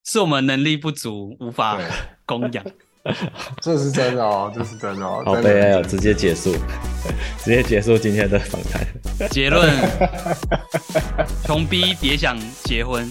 是我们能力不足，无法对， 供养。 这是真的哦，这是真的哦， 好真悲哀哦，直人真事。 接结束，直接结束今天的访谈。 结论：穷逼别想结婚。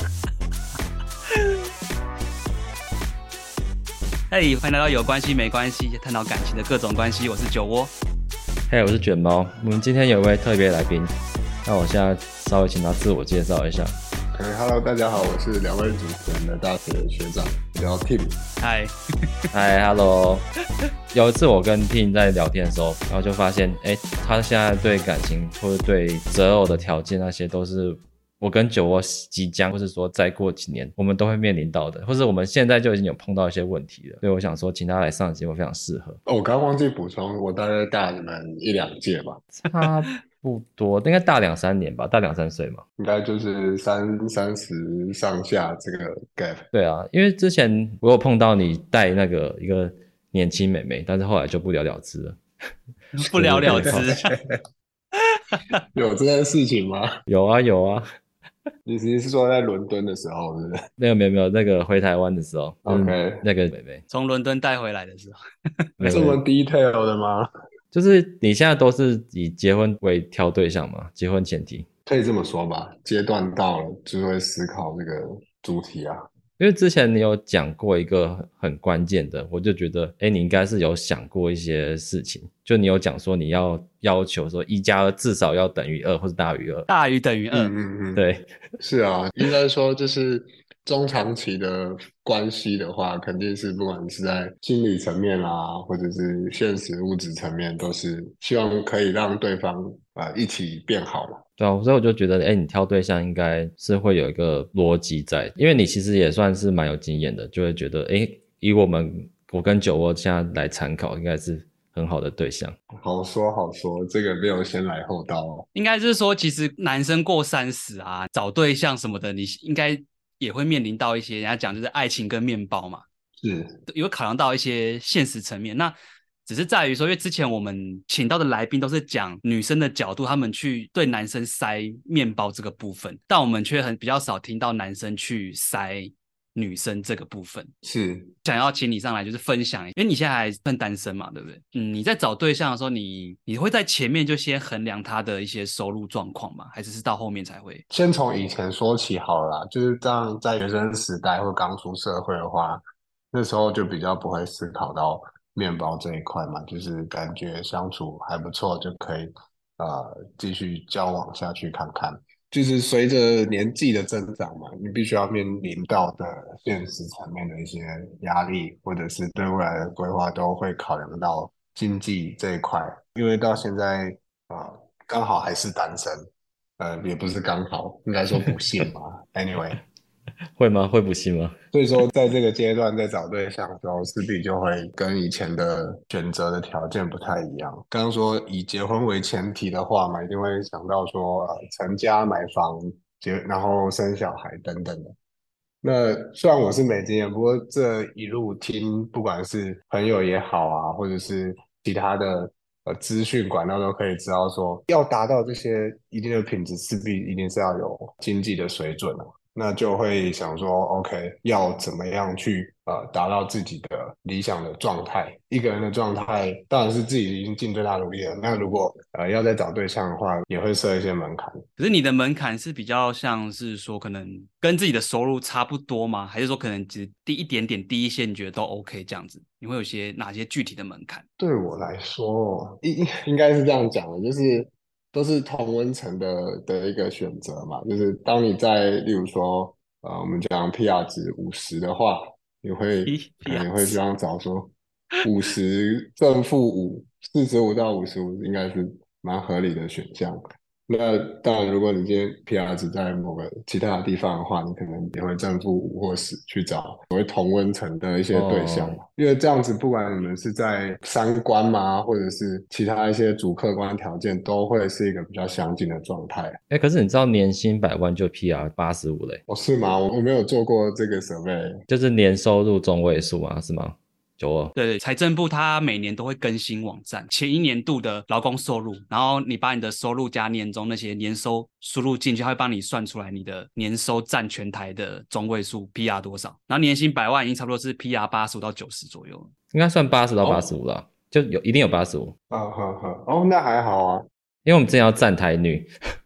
嘿，欢迎来到有关系没关系，探讨感情的各种关系。我是酒窝。 嘿，我是卷毛。我们今天有一位特别来宾，那我现在稍微请他自我介绍一下。 Hello，大家好，我是两位主持人的大学学长，我叫 Tim。 嗨， 嗨，Hello。有一次我跟 Tim 在聊天的时候，然后就发现，他现在对感情或者对择偶的条件那些，都是我跟酒窝即将，或是说再过几年我们都会面临到的，或是我们现在就已经有碰到一些问题了。所以我想说，请他来上节目非常适合。 哦，我刚刚忘记补充，我大概大你们一两届吧， 差不多，应该大2-3年吧，大2-3岁嘛。 应该就是30上下这个 gap。 对啊，因为之前我有碰到你带那个一个年轻妹妹，但是后来就不了了之了。 不了了之。 有这件事情吗？ 有啊有啊， 你是说在伦敦的时候，是不是没有那个回台湾的时候，就是 ？OK， 那个妹妹， 从伦敦带回来的时候， 这么没有， detail 的吗？ 就是你现在都是以结婚为挑对象嘛，结婚前提。 可以这么说吧，阶段到了就会思考这个主题啊。 因为之前你有讲过一个很关键的，我就觉得，你应该是有想过一些事情，就你有讲说你要求说1+2至少要等于2或者大于2。 大于等于2。 对， 是啊，应该说就是中长期的关系的话，肯定是不管是在心理层面啦，或者是现实物质层面，都是希望可以让对方一起变好嘛。 对啊，所以我就觉得，你挑对象应该是会有一个逻辑在，因为你其实也算是蛮有经验的，就会觉得，以我跟酒窝现在来参考，应该是很好的对象。 好说好说，这个没有先来后到哦。 应该是说，其实男生过30啊，找对象什么的，你应该也会面临到一些人家讲就是爱情跟面包嘛， 是， 也会考量到一些现实层面。那只是在于说，因为之前我们请到的来宾都是讲女生的角度，他们去对男生塞面包这个部分，但我们却比较少听到男生去塞女生这个部分。 是， 想要请你上来就是分享，因为你现在还算单身嘛，对不对？你在找对象的时候，你会在前面就先衡量他的一些收入状况吗？还是到后面才会？ 先从以前说起好了啦，就是这样，在学生时代或刚出社会的话，那时候就比较不会思考到面包这一块嘛，就是感觉相处还不错，就可以继续交往下去看看。就是随着年纪的增长嘛，你必须要面临到的现实层面的一些压力，或者是对未来的规划，都会考量到经济这一块。因为到现在刚好还是单身，也不是刚好，应该说不幸嘛。Anyway， 会吗？会不信吗？ 所以说在这个阶段在找对象的时候，势必就会跟以前的选择的条件不太一样。刚刚说以结婚为前提的话嘛，一定会想到说成家买房然后生小孩等等的。那虽然我是没经验，不过这一路听，不管是朋友也好啊，或者是其他的资讯管道，都可以知道说，要达到这些一定的品质，势必一定是要有经济的水准啊。那就会想说，OK，要怎么样去达到自己的理想的状态？一个人的状态当然是自己已经尽最大努力了。那如果要再找对象的话，也会设一些门槛。 可是你的门槛是比较像是说，可能跟自己的收入差不多吗？还是说可能只低一点点，低一些，你觉得都 OK 这样子？你会有哪些具体的门槛？ 对我来说，应该是这样讲的，就是都是同温层的一个选择嘛。就是当你在，例如说，我们讲 PR 值50的话，你会可能也会希样子。 望找说50正负5，45到55应该是蛮合理的选项。那当然，如果你今天 PR 值在某个其他的地方的话，你可能也会正负5或10去找所谓同温层的一些对象哦， 嘛。因为这样子，不管你们是在三观嘛，或者是其他一些主客观条件，都会是一个比较相近的状态。 可是你知道年薪100万就 PR85嘞， 哦，是吗？我没有做过这个 survey。 就是年收入中位数啊，是吗？ 九二。 对对，财政部它每年都会更新网站，前一年度的劳工收入，然后你把你的收入加年终那些年收输入进去，它会帮你算出来你的年收占全台的中位数 PR 多少，然后年薪100万已经差不多是 PR 85到90左右了。 应该算80到85啦，就一定有85。 哦，那还好啊， 因为我们之前要站台女。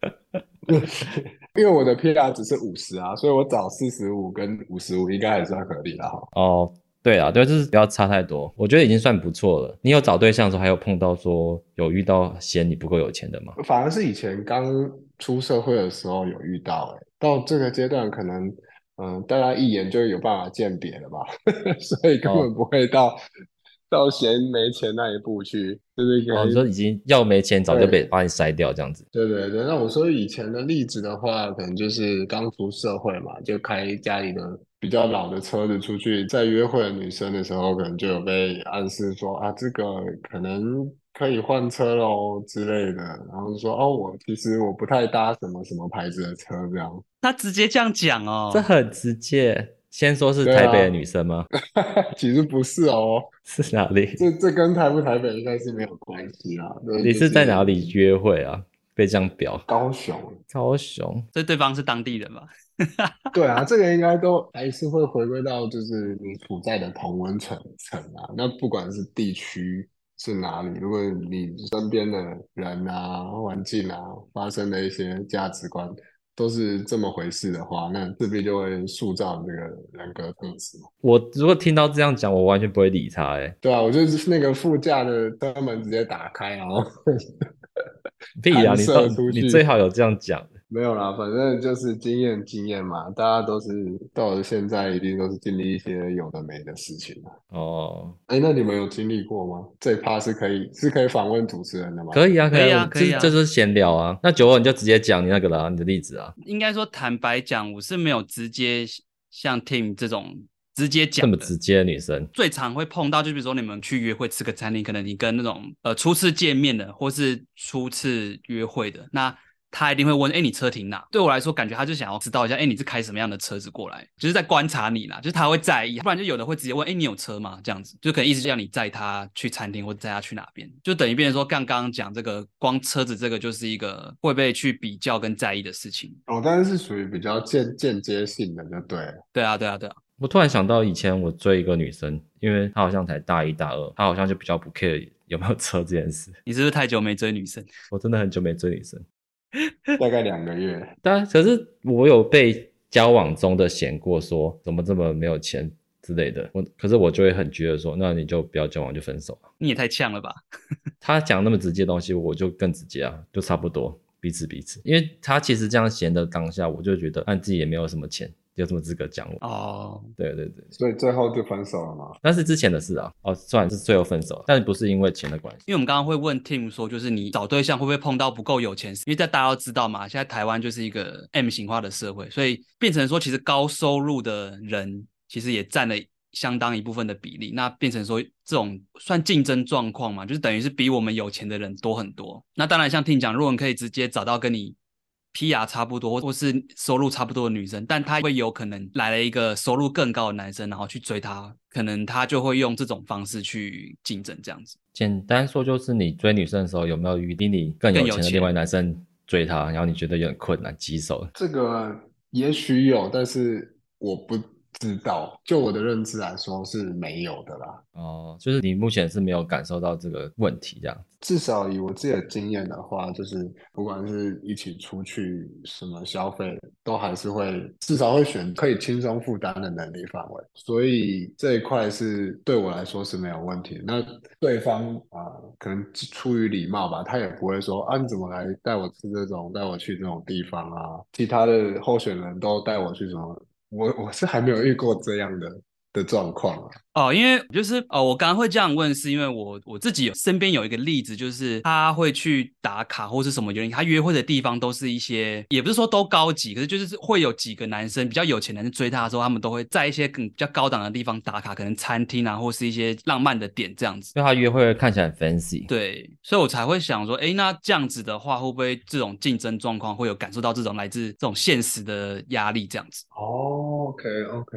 因为我的 PR 只是50啊，所以我找45跟55应该还算合理啦。 哦，对啊，对，就是不要差太多，我觉得已经算不错了。你有找对象的时候，还有碰到说有遇到嫌你不够有钱的吗？ 反而是以前刚出社会的时候有遇到，到这个阶段可能，大家一眼就有办法鉴别了吧，所以根本不会到嫌没钱那一步去，就是可能你说已经要没钱早就把你筛掉这样子。 对对对，那我说以前的例子的话，可能就是刚出社会嘛，就开家里的比较老的车子出去，在约会的女生的时候，可能就有被暗示说啊，这个可能可以换车咯之类的，然后说哦，其实我不太搭什么什么牌子的车这样。 他直接这样讲哦， 这很直接。先说是对啊台北的女生吗？ 其实不是哦， 是哪里？ 这跟台不台北应该是没有关系啦。对你就是在哪里约会啊？被这样表？ 高雄。 高雄。 所以对方是当地人吧？ 对啊，这个应该都还是会回归到就是你处在的同温层啊。那不管是地区是哪里，如果你身边的人啊、环境啊发生的一些价值观都是这么回事的话，那势必就会塑造这个人格特质嘛。 我如果听到这样讲，我完全不会理他。 对啊，我就是那个副驾的车门直接打开，然后屁啊！ 弹射出去。 你最好有这样讲。 没有啦，反正就是经验嘛，大家都是到了现在一定都是经历一些有的没的事情啊。 哦， 哎，那你们有经历过吗？这一趴是可以访问主持人的吗？ 可以啊， 可以啊可以啊这就是闲聊啊。那92你就直接讲你那个啦，你的例子啊。 应该说坦白讲，我是没有直接像 Tim 这种直接讲的。 这么直接的女生， 最常会碰到，就比如说你们去约会吃个餐厅，可能你跟那种初次见面的，或是初次约会的，那他一定会问，哎，你车停哪？对我来说，感觉他就想要知道一下，哎，你是开什么样的车子过来，就是在观察你啦，就是他会在意，不然就有的会直接问，哎，你有车吗？这样子，就可能意思就让你载他去餐厅或者载他去哪边，就等于变成说，刚刚讲这个光车子这个就是一个会被去比较跟在意的事情。 哦，但是属于比较间接性的，就对了。 对啊，对啊，对啊。 我突然想到以前我追一个女生，因为她好像才大一大二，她好像就比较不 care 有没有车这件事。 你是不是太久没追女生？ 我真的很久没追女生。 大概2个月。 但可是我有被交往中的嫌过说怎么这么没有钱之类的，可是我就会很觉得说，那你就不要交往就分手。 你也太呛了吧。 他讲那么直接的东西，我就更直接啊，就差不多彼此。因为他其实这样嫌的当下，我就觉得按自己也没有什么钱，有什么资格讲我？ 哦， 对， 所以最后就分手了吗？ 那是之前的事啊。哦，虽然是最后分手，但不是因为钱的关系。 因为我们刚刚会问 Tim 说，就是你找对象会不会碰到不够有钱？因为大家都知道嘛，现在台湾就是一个 M 型化的社会，所以变成说，其实高收入的人其实也占了相当一部分的比例。那变成说这种算竞争状况嘛，就是等于是比我们有钱的人多很多。那当然像 Tim 讲，如果你可以直接找到跟你PR 差不多或是收入差不多的女生，但她会有可能来了一个收入更高的男生，然后去追她，可能她就会用这种方式去竞争这样子。 简单说就是你追女生的时候有没有比你更有钱的另外男生追她，然后你觉得有点困难棘手？ 这个也许有，但是我不知道。就我的认知来说是没有的啦。 哦，就是你目前是没有感受到这个问题这样。 至少以我自己的经验的话，就是不管是一起出去什么消费，都还是会至少会选可以轻松负担的能力范围，所以这一块是对我来说是没有问题的。那对方可能出于礼貌吧，他也不会说啊你怎么来带我吃这种，带我去这种地方啊，其他的候选人都带我去什么，我是还没有遇过这样的状况啊。 哦，因为就是我刚刚会这样问，是因为我自己身边有一个例子，就是他会去打卡或是什么原因，他约会的地方都是一些，也不是说都高级，可是就是会有几个男生比较有钱的男生追他的时候，他们都会在一些更比较高档的地方打卡，可能餐厅啊，或是一些浪漫的点这样子。 因为他约会看起来很 fancy。 对，所以我才会想说，诶，那这样子的话，会不会这种竞争状况会有感受到这种来自这种现实的压力这样子？ 哦，OK，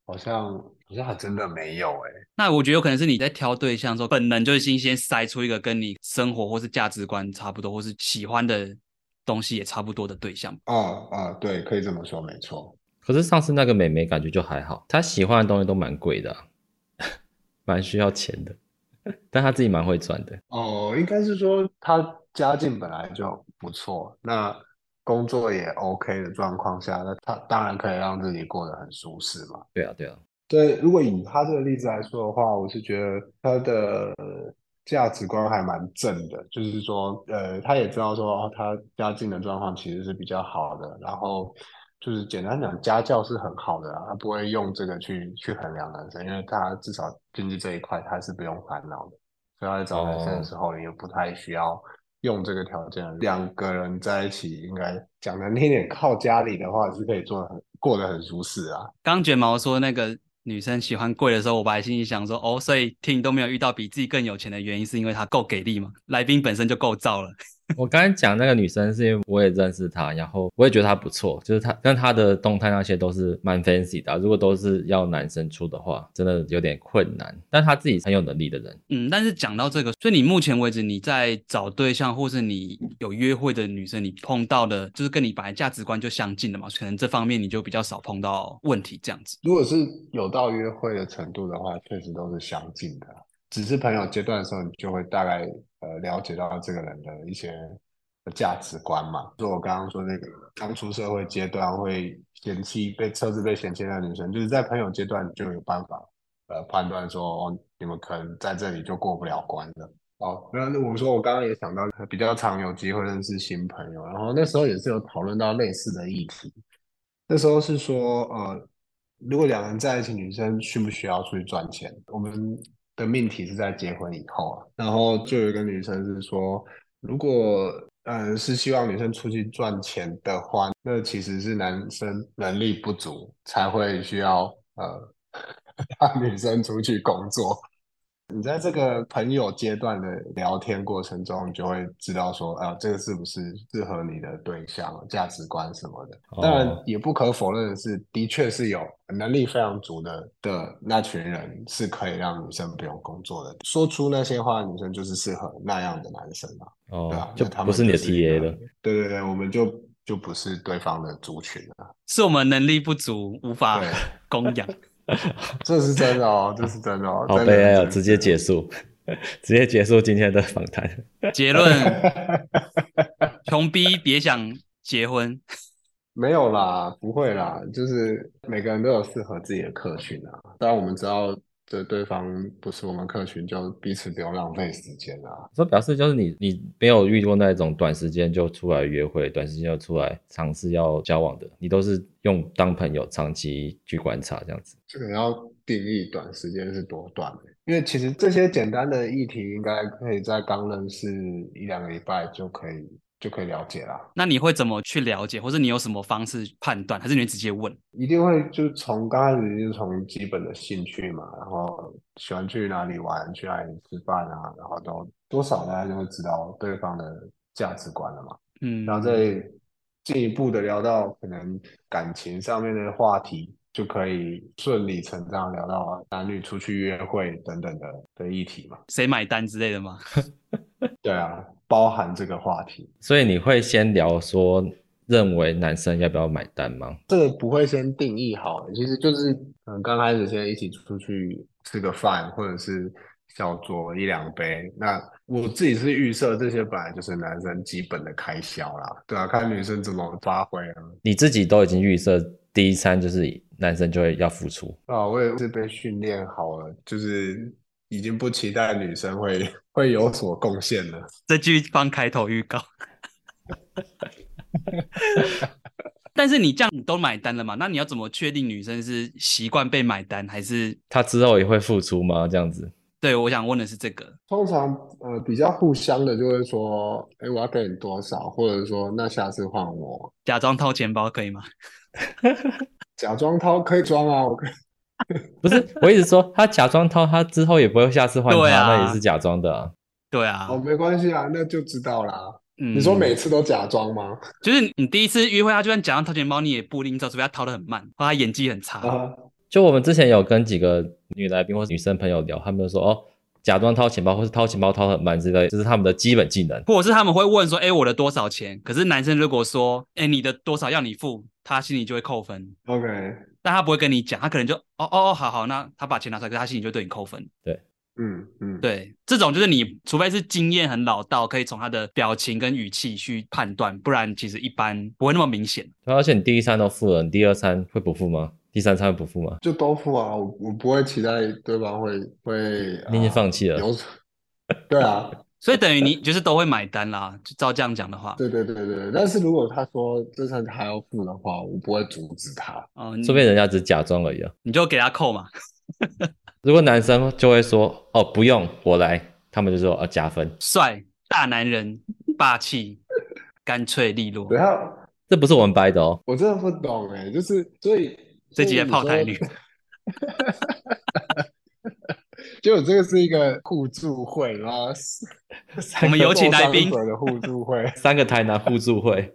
好像还真的没有那我觉得有可能是你在挑对象的时候，本能就是先筛出一个跟你生活或是价值观差不多，或是喜欢的东西也差不多的对象。 对，可以这么说，没错。 可是上次那个妹妹感觉就还好，她喜欢的东西都蛮贵的蛮需要钱的，但她自己蛮会赚的。 应该是说他家境本来就不错，那工作也 OK 的状况下，那他当然可以让自己过得很舒适嘛。 对啊，对啊。 对，如果以他这个例子来说的话，我是觉得他的价值观还蛮正的，就是说，他也知道说，他家境的状况其实是比较好的，然后就是简单讲，家教是很好的啊，他不会用这个去衡量男生，因为他至少经济这一块他是不用烦恼的，所以他在找男生的时候也不太需要用这个条件。两个人在一起，应该讲难听点，靠家里的话是可以过得很舒适啊。 刚卷毛说那个女生喜欢贵的时候，我本来心里想说，哦，所以听都没有遇到比自己更有钱的原因，是因为她够给力吗？来宾本身就够造了。 我刚才讲那个女生是因为我也认识她，然后我也觉得她不错，就是她跟她的动态那些都是蛮 fancy 的如果都是要男生出的话，真的有点困难。但她自己很有能力的人。 但是讲到这个，所以你目前为止你在找对象，或是你有约会的女生，你碰到的就是跟你本来价值观就相近的嘛？可能这方面你就比较少碰到问题这样子。 如果是有到约会的程度的话，确实都是相近的。只是朋友阶段的时候，你就会大概了解到这个人的一些价值观嘛。就我刚刚说那个刚出社会阶段会车子被嫌弃的女生，就是在朋友阶段你就有办法判断说你们可能在这里就过不了关了。那我说我刚刚也想到比较常有机会认识新朋友，然后那时候也是有讨论到类似的议题。那时候是说，如果两人在一起，女生需不需要出去赚钱？我们的命题是在结婚以后啊，然后就有一个女生是说，如果是希望女生出去赚钱的话，那其实是男生能力不足才会需要让女生出去工作。你在这个朋友阶段的聊天过程中，你就会知道说，这个是不是适合你的对象、价值观什么的。当然，也不可否认的是，的确是有能力非常足的那群人是可以让女生不用工作的。说出那些话，女生就是适合那样的男生啊，对吧？ 就那他不是你的们就是 TA 了。 对对对，我们就不是对方的族群了。 是我们能力不足，无法对， 供养。 这是真的哦，这是真的哦， 好真的悲哀哦， 真的直接结束，直接结束今天的访谈。 结论：穷逼别想结婚。 没有啦，不会啦，就是每个人都有适合自己的客群啊。当然，我们知道这对方不是我们客群，就彼此不用浪费时间啊。 所以表示就是你没有遇过那种短时间就出来约会，短时间就出来尝试要交往的，你都是用当朋友长期去观察这样子。 这个要定义短时间是多短的，因为其实这些简单的议题，应该可以在刚认识一两个礼拜就可以了解啦。 那你会怎么去了解，或是你有什么方式判断，还是你会直接问？ 一定会就从刚开始就从基本的兴趣嘛，然后喜欢去哪里玩，去哪里吃饭啊，然后都多少大家就会知道对方的价值观了嘛。然后再进一步的聊到可能感情上面的话题，就可以顺理成章聊到男女出去约会等等的议题嘛。 谁买单之类的吗？ 对啊，包含这个话题。 所以你会先聊说认为男生要不要买单吗？ 这个不会先定义好的，其实就是刚开始先一起出去吃个饭，或者是小酌一两杯。那我自己是预设这些本来就是男生基本的开销啦，对啊，看女生怎么发挥啊。 你自己都已经预设第一餐就是男生就会要付出我也是被训练好了，就是已经不期待女生会有所贡献了。 这句放开头预告。但是你这样你都买单了嘛？那你要怎么确定女生是习惯被买单，还是他之后也会付出吗？这样子。 对，我想问的是这个。 通常比较互相的就会说，我要给你多少，或者说那下次换我。 假装掏钱包可以吗？ 假装掏可以装啊，我可以。 不是，我一直说他假装掏，他之后也不会下次换他， 对啊那也是假装的啊。 对啊。 没关系啊，那就知道啦。你说每次都假装吗？ 就是你第一次约会，他就算假装掏钱包，你也不一定知道，除非他掏得很慢，或他演技很差。 就我们之前有跟几个女来宾或是女生朋友聊，他们就说哦，假装掏钱包或是掏钱包掏很慢之类，这是他们的基本技能。 或者是他们会问说，我的多少钱？可是男生如果说，你的多少要你付，他心里就会扣分。 OK， 但他不会跟你讲，他可能就好，那他把钱拿出来，可是他心里就对你扣分。 对， 对，这种就是你除非是经验很老道，可以从他的表情跟语气去判断，不然其实一般不会那么明显。 而且你第一餐都付了，你第二餐会不付吗？第三餐会不付吗？ 就都付啊，我不会期待对方会你已经放弃了。 对啊， 所以等于你就是都会买单啦，就照这样讲的话。 对，但是如果他说这餐他要付的话，我不会阻止他。 说不定人家只假装而已啊。 你就给他扣嘛。 如果男生就会说哦不用我来，他们就说加分。 帅，大男人，霸气，干脆利落。 等下， 这不是我们掰的哦。 我真的不懂就是所以这集的炮台女。 结果这个是一个互助会吗？ 我们有请来宾的互助会 ，3个台南互助会。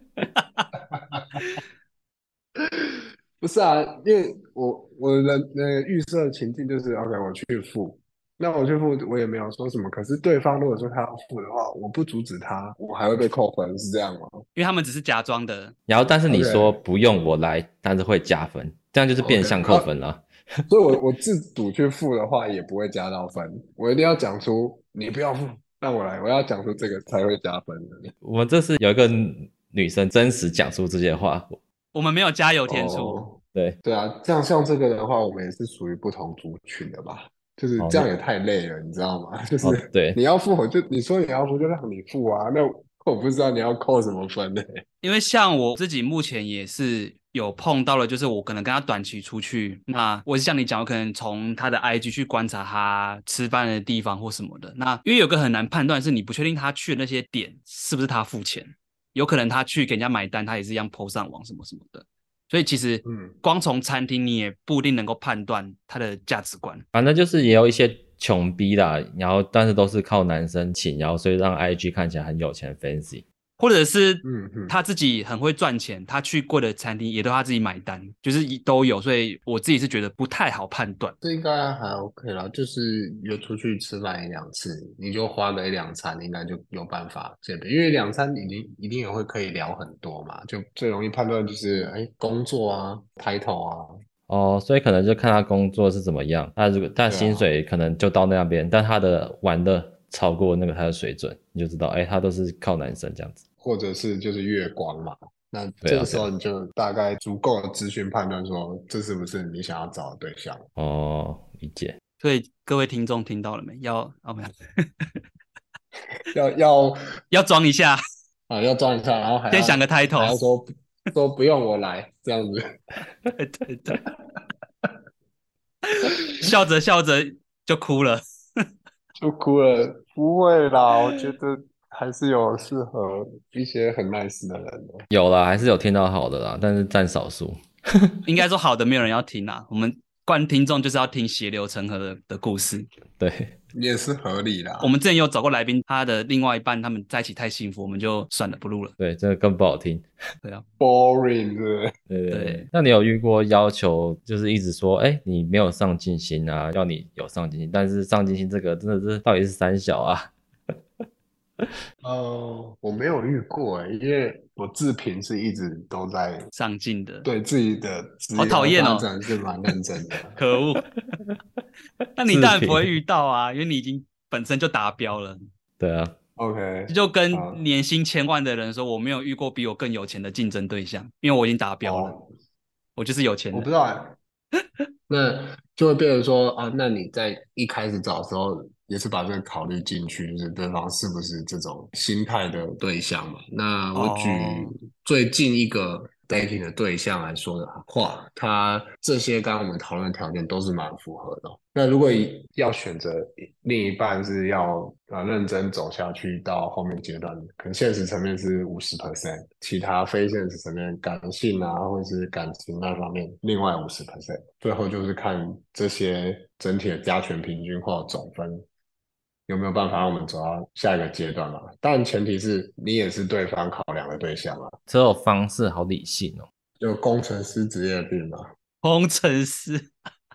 不是啊，因为我的那个预设情境就是 OK， 我去付，那我去付，我也没有说什么。可是对方如果说他要付的话，我不阻止他，我还会被扣分，是这样吗？ 因为他们只是假装的。 然后，但是你说不用我来，但是会加分，这样就是变相扣分了。 所以我自主去付的话，也不会加到分。我一定要讲出你不要付，让我来，我要讲出这个才会加分的。 我们这是有一个女生真实讲出这些话， 我们没有加油添醋。 对啊，这样像这个的话，我们也是属于不同族群的吧？就是这样也太累了，你知道吗？就是对， 你要付，你说你要付就让你付啊，那我不知道你要扣什么分呢？ 因为像我自己目前也是有碰到了，就是我可能跟他短期出去，那我是像你讲，我可能从他的 IG 去观察他吃饭的地方或什么的。那因为有个很难判断是你不确定他去的那些点是不是他付钱，有可能他去给人家买单，他也是一样 po 上网什么什么的。所以其实光从餐厅你也不一定能够判断他的价值观。 反正就是也有一些穷逼啦，然后但是都是靠男生请，然后所以让 IG 看起来很有钱 fancy。 或者是他自己很会赚钱，他去过的餐厅也都他自己买单，就是都有，所以我自己是觉得不太好判断。 这应该还 OK 啦，就是约出去吃饭1-2次，你就花个1-2餐，应该就有办法这边，因为2餐一定也会可以聊很多嘛，就最容易判断就是工作啊、title 啊。 哦，所以可能就看他工作是怎么样，他薪水可能就到那边，但他的玩的超过那个他的水准，你就知道，他都是靠男生这样子， 或者是就是月光嘛。那这个时候你就大概足够的资讯判断说，这是不是你想要找的对象？ 哦，理解。 所以各位听众听到了没？没有要装一下啊，要装一下，然后还要先想个 title， 还要说不用我来这样子。 对，笑着笑着就哭了。 就哭了，不会啦，我觉得还是有适合一些很 nice 的人的。 有啦，还是有听到好的啦，但是占少数。 应该说好的没有人要听啊，我们观听众就是要听血流成河的故事。 对， 也是合理啦。 我们之前有找过来宾，他的另外一半他们在一起太幸福，我们就算了不录了。 对，这个更不好听。 对啊 ，boring 是对。那你有遇过要求就是一直说，你没有上进心啊，要你有上进心，但是上进心这个真的是到底是三小啊？ 我没有遇过因为我自评是一直都在上进的， 对自己的职好讨厌哦， 发展是蛮认真的。 可恶！那你当然不会遇到啊，因为你已经本身就达标了。 对啊 ，OK， 就跟年薪1000万的人说，我没有遇过比我更有钱的竞争对象，因为我已经达标了，我就是有钱人。 我不知道那就会变成说啊，那你在一开始找的时候也是把这个考虑进去，就是对方是不是这种心态的对象嘛？那我举最近一个 dating 的对象来说的话，他这些刚刚我们讨论的条件都是蛮符合的。那如果要选择另一半是要认真走下去到后面阶段，可能现实层面是50%，其他非现实层面感性啊或者是感情那方面另外50%，最后就是看这些整体的加权平均或总分有没有办法让我们走到下一个阶段嘛？当然前提是你也是对方考量的对象啊。 这种方式好理性哦。 就工程师职业病嘛。 工程师，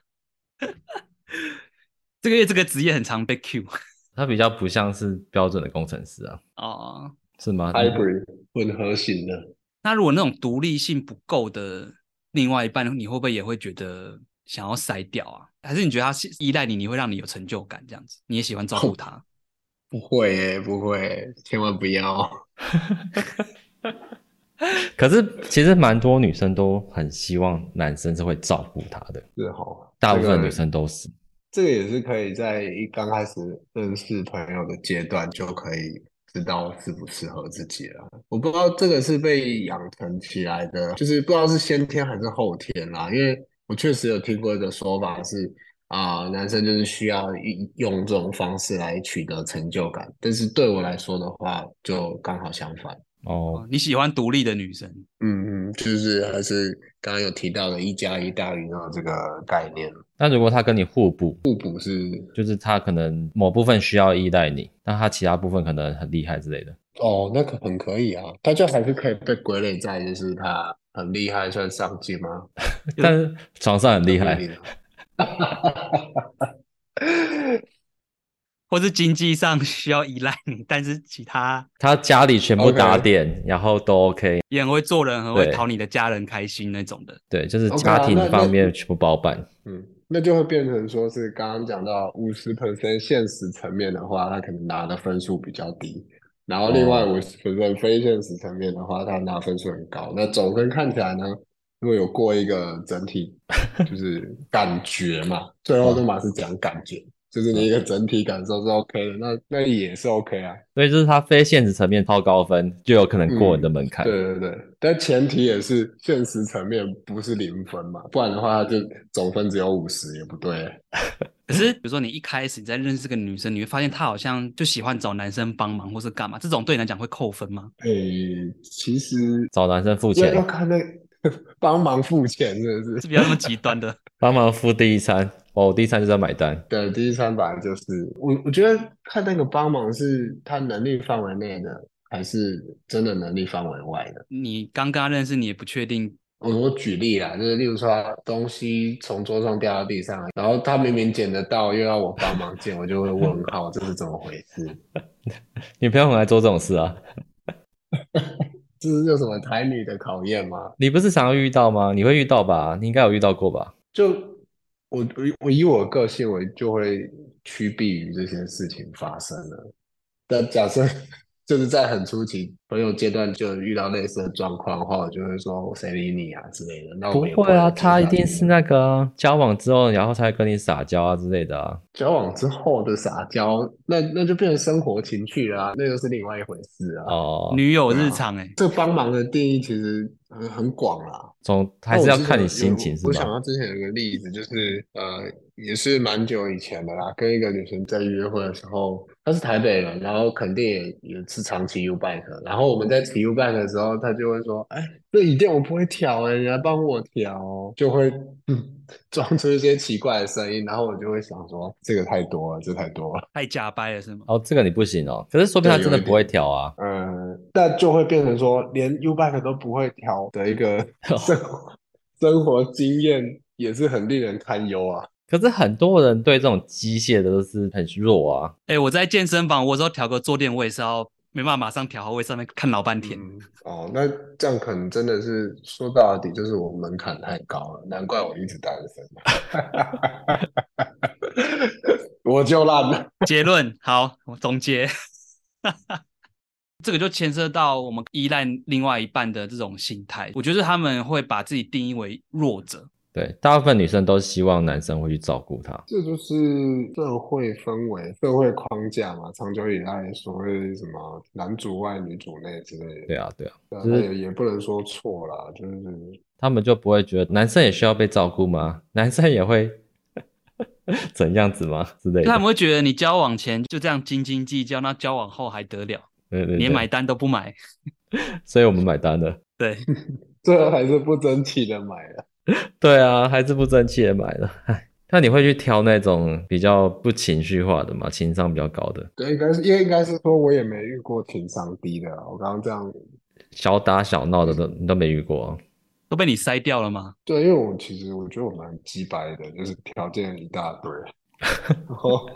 这个职业很常被 Q 他比较不像是标准的工程师啊， 哦。 是吗？ hybrid 混合型的。 那如果那种独立性不够的另外一半，你会不会也会觉得想要筛掉啊？还是你觉得他是依赖你，你会让你有成就感这样子？你也喜欢照顾他？ 不会不会，千万不要。 可是其实蛮多女生都很希望男生是会照顾她的， 是齁， 大部分女生都是。 这个也是可以在刚开始认识朋友的阶段就可以知道适不适合自己了。我不知道这个是被养成起来的，就是不知道是先天还是后天啦。因为我确实有听过一个说法是男生就是需要用这种方式来取得成就感，但是对我来说的话，就刚好相反。 哦， 你喜欢独立的女生？ 就是还是刚刚有提到的1+1大于2这个概念。 那如果他跟你互补， 互补是就是他可能某部分需要依赖你，但他其他部分可能很厉害之类的。 哦，那很可以啊，他就还是可以被归类在就是他很厉害，算上进吗？ 但是床上很厉害， 或是经济上需要依赖你，但是其他他家里全部打点，然后都 OK。 也很会做人，很会对讨你的家人开心那种的。 对，就是家庭方面全部包办。 那就会变成说是刚刚讲到50%现实层面的话，他可能拿的分数比较低，然后另外50%非现实层面的话，他拿分数很高。那总分看起来呢，如果有过一个整体就是感觉嘛，最后都嘛是讲感觉，就是你一个整体感受是 OK 的，那也是 OK 啊。 所以就是他非现实层面超高分，就有可能过你的门槛。 对，但前提也是现实层面不是0分嘛，不然的话就总分只有50也不对。 可是比如说你一开始你在认识这个女生，你会发现她好像就喜欢找男生帮忙或是干嘛，这种对你来讲会扣分吗？ 其实找男生付钱， 要看那帮忙付钱，是不是？ 是比较那么极端的。 帮忙付第一餐，我第一餐就是要买单。 对，第一餐本来就是我觉得看那个帮忙是他能力范围内的，还是真的能力范围外的。 你刚刚认识，你也不确定。 我举例啦，就是例如说他东西从桌上掉到地上，然后他明明捡得到，又要我帮忙捡，我就会问号，这是怎么回事？ 女朋友很爱做这种事啊， 这是有什么台女的考验吗？ 你不是常遇到吗？你会遇到吧？你应该有遇到过吧？ 就我以我的个性，我就会趋避于这些事情发生了。但假设就是在很初期朋友阶段就遇到类似的状况的话，我就会说谁理你啊之类的。那我不们也不会啊， 有接下他一定去是那个啊交往之后，然后才跟你撒娇啊之类的啊。 交往之后的撒娇，那就变成生活情趣啦、那又是另外一回事啊。 哦， 女友对啊日常这个帮忙的定义其实很广啦。 还是要看你心情是我想吗？ 到之前有一个例子，就是也是蛮久以前的啦，跟一个女生在约会的时候，她是台北人，然后肯定也是常骑 U bike，然后我们在骑 U bike 的时候，她就会说：“哎，这椅垫我不会调你来帮我调哦。”就会装出一些奇怪的声音，然后我就会想说，这个太多了，这太多了。 太假掰了是吗？ 哦，这个你不行哦。可是说不定他真的不会调啊。 但就会变成说，连 U bike 都不会调的一个生活经验，也是很令人堪忧啊。 可是很多人对这种机械的都是很弱啊。 我在健身房，我有时候调个坐垫，我也是要没办法马上调好位，上面看老半天。 那这样可能真的是说到底就是我门槛太高了，难怪我一直单身。我就烂了。 结论好，我总结。这个就牵涉到我们依赖另外一半的这种心态，我觉得他们会把自己定义为弱者。 对，大部分女生都希望男生会去照顾她。 这就是社会氛围、社会框架嘛，长久以来所谓什么男主外女主内之类的。 对啊， 就是也不能说错啦，就是他们就不会觉得男生也需要被照顾吗？男生也会怎样子吗之类的？ 他们会觉得你交往前就这样斤斤计较，那交往后还得了？ 对， 连买单都不买。 所以我们买单了。 对， 最后还是不争气的买了。 对啊，还是不争气的买了。那你会去挑那种比较不情绪化的吗？情商比较高的？ 对，应该是说，我也没遇过情商低的啦。我刚刚这样小打小闹的你都没遇过啊？ 都被你筛掉了吗？ 对，因为其实我觉得我蛮鸡掰的，就是条件一大堆，然后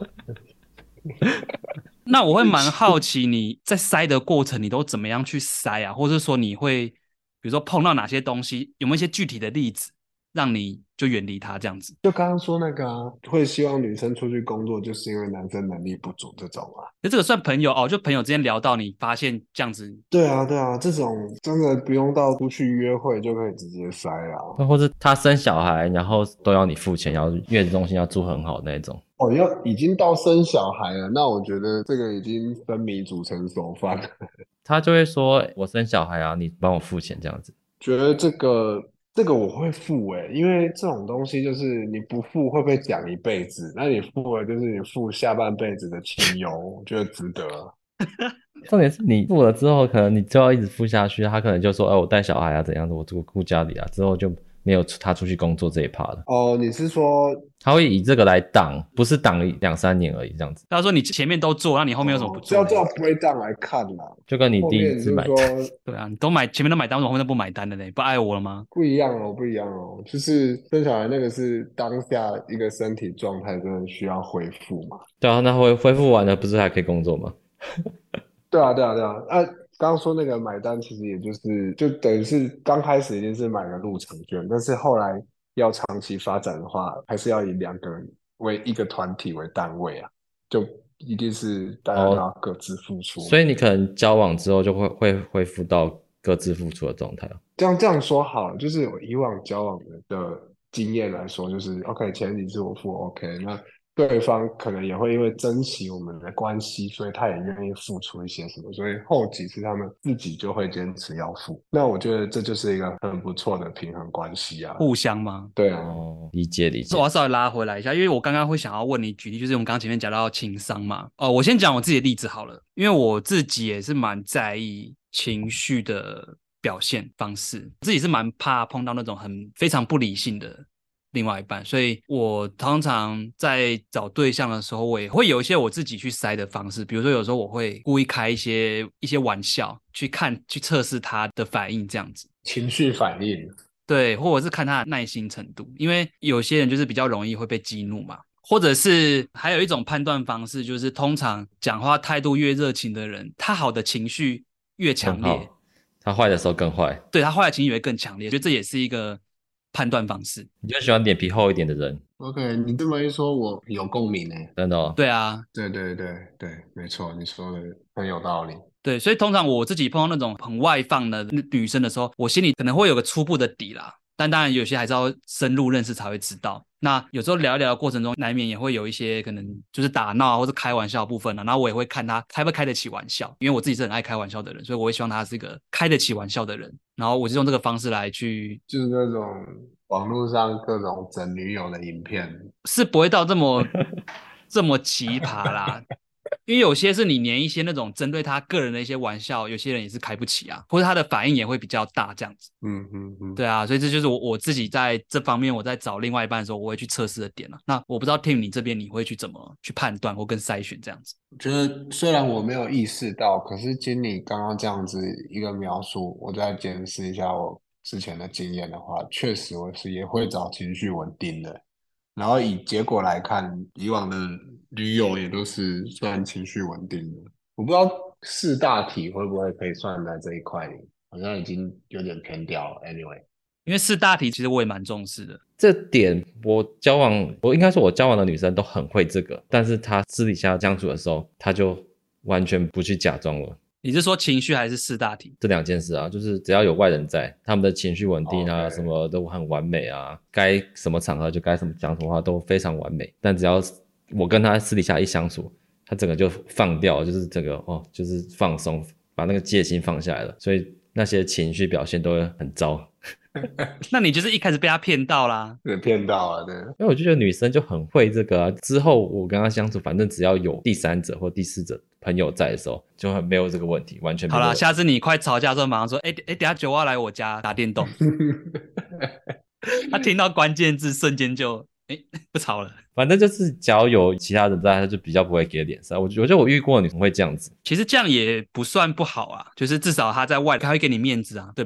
那我会蛮好奇你在筛的过程，你都怎么样去筛啊？或者说你会比如说碰到哪些东西，有没有一些具体的例子，让你就远离它这样子？ 就刚刚说那个啊，会希望女生出去工作，就是因为男生能力不足这种啊。 那这个算朋友哦，就朋友之间聊到你发现这样子， 对啊，对啊，这种真的不用到出去约会就可以直接塞啊。 或是他生小孩，然后都要你付钱，然后月子中心要住很好那种。 哦，已经到生小孩了，那我觉得这个已经分米煮成熟饭了。 他就会说：“我生小孩啊，你帮我付钱这样子。” 觉得这个我会付诶，因为这种东西就是你不付会被讲一辈子，那你付了就是你付下半辈子的清忧，我觉得值得。 重点是你付了之后，可能你就要一直付下去。他可能就说：“哎，我带小孩啊，怎样的，我顾家里啊。”之后就没有他出去工作这一趴了。 哦，你是说他会以这个来挡，不是挡2、3年而已，这样子。 他说你前面都做，那你后面有什么不做嘞？ 这要照 breakdown 来看啦？ 就跟你后第一面就是说次买单， 对啊，你都买前面都买单，为什么后面都不买单的嘞？不爱我了吗？ 不一样哦，不一样哦，就是生小孩那个是当下一个身体状态真的需要恢复嘛。 对啊，那恢复完了，不是还可以工作吗？ 对啊，对啊，对啊。刚刚说那个买单，其实也就等于是刚开始一定是买了入场券，但是后来要长期发展的话，还是要以2个人为一个团体为单位啊，就一定是大家都要哦， 各自付出嘛。 所以你可能交往之后就会恢复到各自付出的状态。 这样说好了，就是我以往交往的经验来说，就是 OK，前几次我付 OK，那对方可能也会因为珍惜我们的关系，所以他也愿意付出一些什么，所以后几次他们自己就会坚持要付。那我觉得这就是一个很不错的平衡关系啊。 互相吗？ 对啊， 哦，理解理解。 我要稍微拉回来一下，因为我刚刚会想要问你举例，就是我们刚刚前面讲到情商嘛。我先讲我自己的例子好了，因为我自己也是蛮在意情绪的表现方式，自己是蛮怕碰到那种非常不理性的另外一半，所以我通常在找对象的时候，我也会有一些我自己去筛的方式，比如说有时候我会故意开一些玩笑，去测试他的反应这样子。 情绪反应。 对，或者是看他的耐心程度，因为有些人就是比较容易会被激怒嘛，或者是还有一种判断方式，就是通常讲话态度越热情的人，他好的情绪越强烈， 很好，他坏的时候更坏。 对，他坏的情绪也会更强烈，我觉得这也是一个判断方式。 你就喜欢脸皮厚一点的人， OK，你这么一说，我有共鸣呢。 真的哦。 对啊， 对对对对，没错，你说的很有道理。 对，所以通常我自己碰到那种很外放的女生的时候，我心里可能会有个初步的底啦，但当然有些还是要深入认识才会知道。那有时候聊一聊的过程中，难免也会有一些可能就是打闹啊或者开玩笑的部分啊，然后我也会看他开不开得起玩笑，因为我自己是很爱开玩笑的人，所以我会希望他是一个开得起玩笑的人，然后我就用这个方式来去， 就是那种网络上各种整女友的影片。 是不会到这么奇葩啦。因为有些是你连一些那种针对他个人的一些玩笑，有些人也是开不起啊，或者他的反应也会比较大这样子。 嗯嗯嗯。 对啊，所以这就是我自己在这方面我在找另外一半的时候，我会去测试的点了。那我不知道 Tim 你这边你会去怎么去判断或跟筛选这样子？ 我觉得虽然我没有意识到，可是经你刚刚这样子一个描述，我再检视一下我之前的经验的话，确实我是也会找情绪稳定的。然后以结果来看，以往的女友也都是算情绪稳定的。我不知道四大体会不会可以算在这一块里，好像已经有点偏掉了。Anyway， 因为四大题其实我也蛮重视的。 这点我应该说我交往的女生都很会这个，但是她私底下相处的时候，她就完全不去假装了。 你是说情绪还是四大题？ 这两件事啊，就是只要有外人在，他们的情绪稳定啊， OK 什么都很完美啊，该什么场合就该什么讲什么话都非常完美。但只要我跟他私底下一相处，他整个就放掉，就是整个就是放松，把那个戒心放下来了，所以那些情绪表现都会很糟。 那你就是一开始被他骗到啦。 被骗到了，对。 因为我就觉得女生就很会这个啊，之后我跟她相处，反正只要有第三者或第四者朋友在的时候，就没有这个问题，完全没好啦， 有问题。 下次你快吵架的时候，马上说，等下酒要来我家打电动。他听到关键字瞬间就不吵了。 反正就是只要有其他人在，他就比较不会给脸色。我觉得我遇过的女生会这样子。 其实这样也不算不好啊，就是至少他在外他会给你面子啊，对吧？ 对，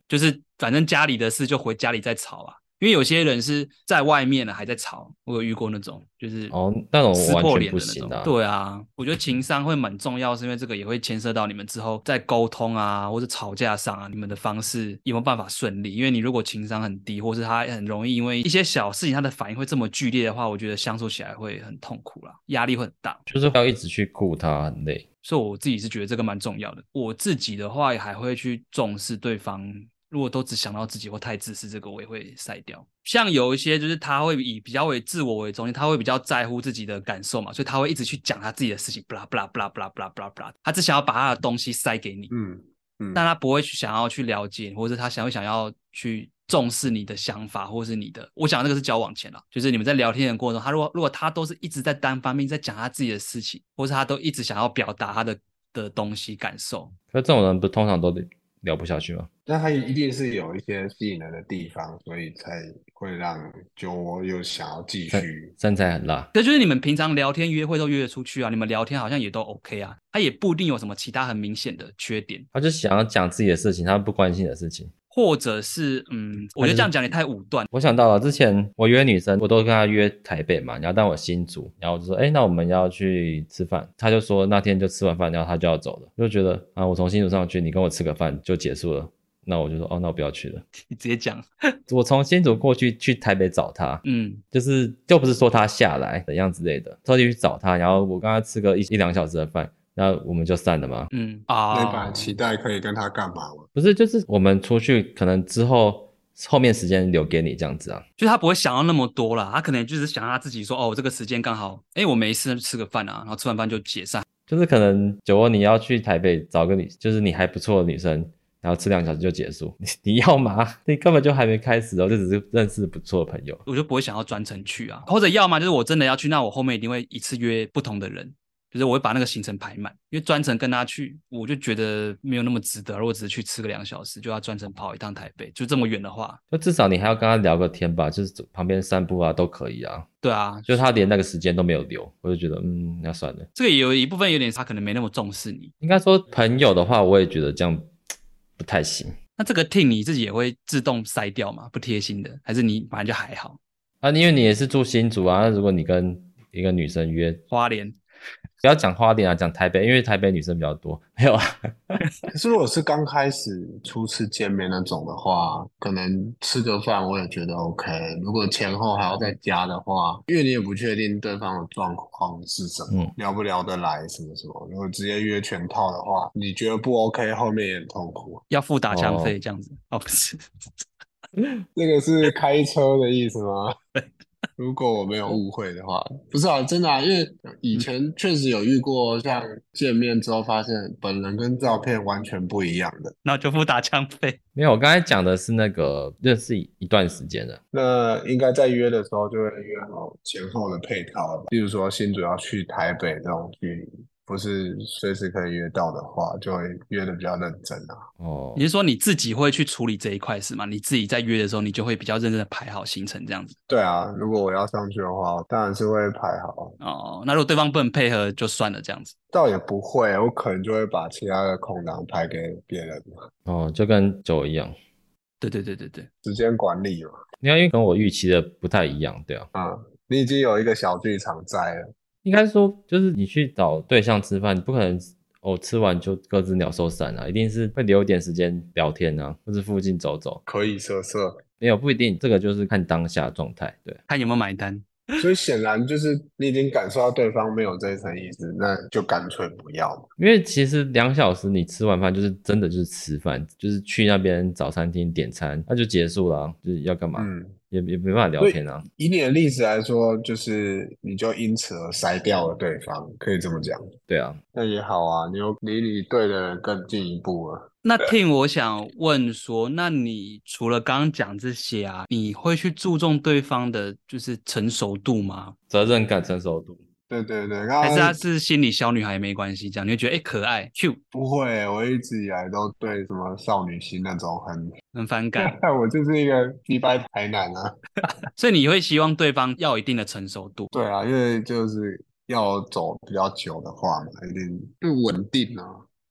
就是反正家里的事就回家里再吵啊。因为有些人是在外面了还在吵，我有遇过那种，就是那种撕破完全脸的那种。 不行啊。 对啊，我觉得情商会蛮重要，是因为这个也会牵涉到你们之后在沟通啊，或者吵架上啊，你们的方式有没有办法顺利？因为你如果情商很低，或是他很容易因为一些小事情他的反应会这么剧烈的话，我觉得相处起来会很痛苦啦，压力会很大。 就是要一直去顾他，很累。 所以我自己是觉得这个蛮重要的。我自己的话也还会去重视对方，如果都只想到自己或太自私，这个我也会筛掉。像有一些就是他会以比较为自我为中心，他会比较在乎自己的感受嘛，所以他会一直去讲他自己的事情，blah blah blah blah blah blah blah，他只想要把他的东西塞给你，但他不会去想要去了解，或者他想要去重视你的想法，或是你的，我想这个是交往前啦，就是你们在聊天的过程中，他如果他都是一直在单方面在讲他自己的事情，或是他都一直想要表达他的东西感受， 可这种人不通常都聊不下去吗？ 那他一定是有一些吸引人的地方，所以才会让酒窝又想要继续。 身材很辣， 这就是你们平常聊天约会都约得出去啊，你们聊天好像也都 OK 啊，他也不一定有什么其他很明显的缺点， 他就想要讲自己的事情，他不关心的事情。 或者是我觉得这样讲也太武断。 我想到了之前我约女生，我都跟她约台北嘛，然后但我新竹，然后我就说，那我们要去吃饭，她就说那天就吃完饭，然后她就要走了，就觉得啊，我从新竹上去，你跟我吃个饭就结束了，那我就说那我不要去了。 你直接讲， 我从新竹过去台北找她，就不是说她下来怎样之类的，特地去找她，然后我跟她吃个一两小时的饭。那我们就散了吗？ 那你本来期待可以跟他干嘛吗？ 不是，就是我们出去可能之后面时间留给你这样子啊。 就是他不会想要那么多啦，他可能就是想他自己说，我这个时间刚好，我没事吃个饭啊，然后吃完饭就解散。 就是可能酒窝你要去台北找个就是你还不错的女生，然后吃2小时就结束，你要吗？你根本就还没开始哦，就只是认识不错的朋友。 我就不会想要专程去啊，或者要么就是我真的要去，那我后面一定会一次约不同的人。就是我会把那个行程排满，因为专程跟他去，我就觉得没有那么值得。如果只是去吃个2小时，就要专程跑一趟台北，就这么远的话， 就至少你还要跟他聊个天吧，就是旁边散步啊都可以啊。 对啊， 就是他连那个时间都没有留，我就觉得那算了。 这个也有一部分有点他可能没那么重视你。 应该说朋友的话，我也觉得这样不太行。 那这个 team 你自己也会自动筛掉吗？不贴心的，还是你本来就还好啊？因为你也是住新竹啊，那如果你跟一个女生约花莲。 不要讲花莲啊，讲台北，因为台北女生比较多，没有啊。 可是如果是刚开始初次见面那种的话，可能吃个饭我也觉得 OK。如果前后还要再加的话，因为你也不确定对方的状况是什么，聊不聊得来什么什么。如果直接约全套的话，你觉得不 OK，后面也很痛苦。 要付打枪费这样子不是？ 这个是开车的意思吗？如果我没有误会的话，不是啊，真的啊，因为以前确实有遇过，像见面之后发现本人跟照片完全不一样的， 那就付打枪费。 没有，我刚才讲的是那个认识一段时间的， 那应该在约的时候就会约好前后的配套了，比如说新主要去台北这种距离，不是随时可以约到的话，就会约的比较认真啊。 你是说你自己会去处理这一块是吗？你自己在约的时候，你就会比较认真的排好行程这样子？ 对啊，如果我要上去的话，当然是会排好。 那如果对方不能配合，就算了这样子？ 倒也不会，我可能就会把其他的空档排给别人。 就跟酒一样。 对， 时间管理嘛。 因为跟我预期的不太一样，对啊。 你已经有一个小剧场在了。 应该说，就是你去找对象吃饭，你不可能吃完就各自鸟兽散啊，一定是会留一点时间聊天啊，或是附近走走， 可以色色。 没有不一定，这个就是看当下状态，对， 看有没有买单。 所以显然就是你已经感受到对方没有这一层意思，那就干脆不要嘛。 因为其实2小时你吃完饭就是真的就是吃饭，就是去那边早餐厅点餐，那就结束了就是要干嘛？也没办法聊天啊。 以你的例子来说，就是你就因此而筛掉了对方，可以这么讲。 对啊， 那也好啊，你又离你对的人更进一步了。 那 Tim， 我想问说，那你除了刚刚讲这些啊，你会去注重对方的就是成熟度吗？ 责任感、成熟度。 对， 还是他是心理小女孩没关系，这样你会觉得可爱 cute？ 不会，我一直以来都对什么少女心那种很反感。 我就是一个逼白台男啊。 所以你会希望对方要有一定的成熟度？ 对啊，因为就是要走比较久的话嘛，一定不稳定啊。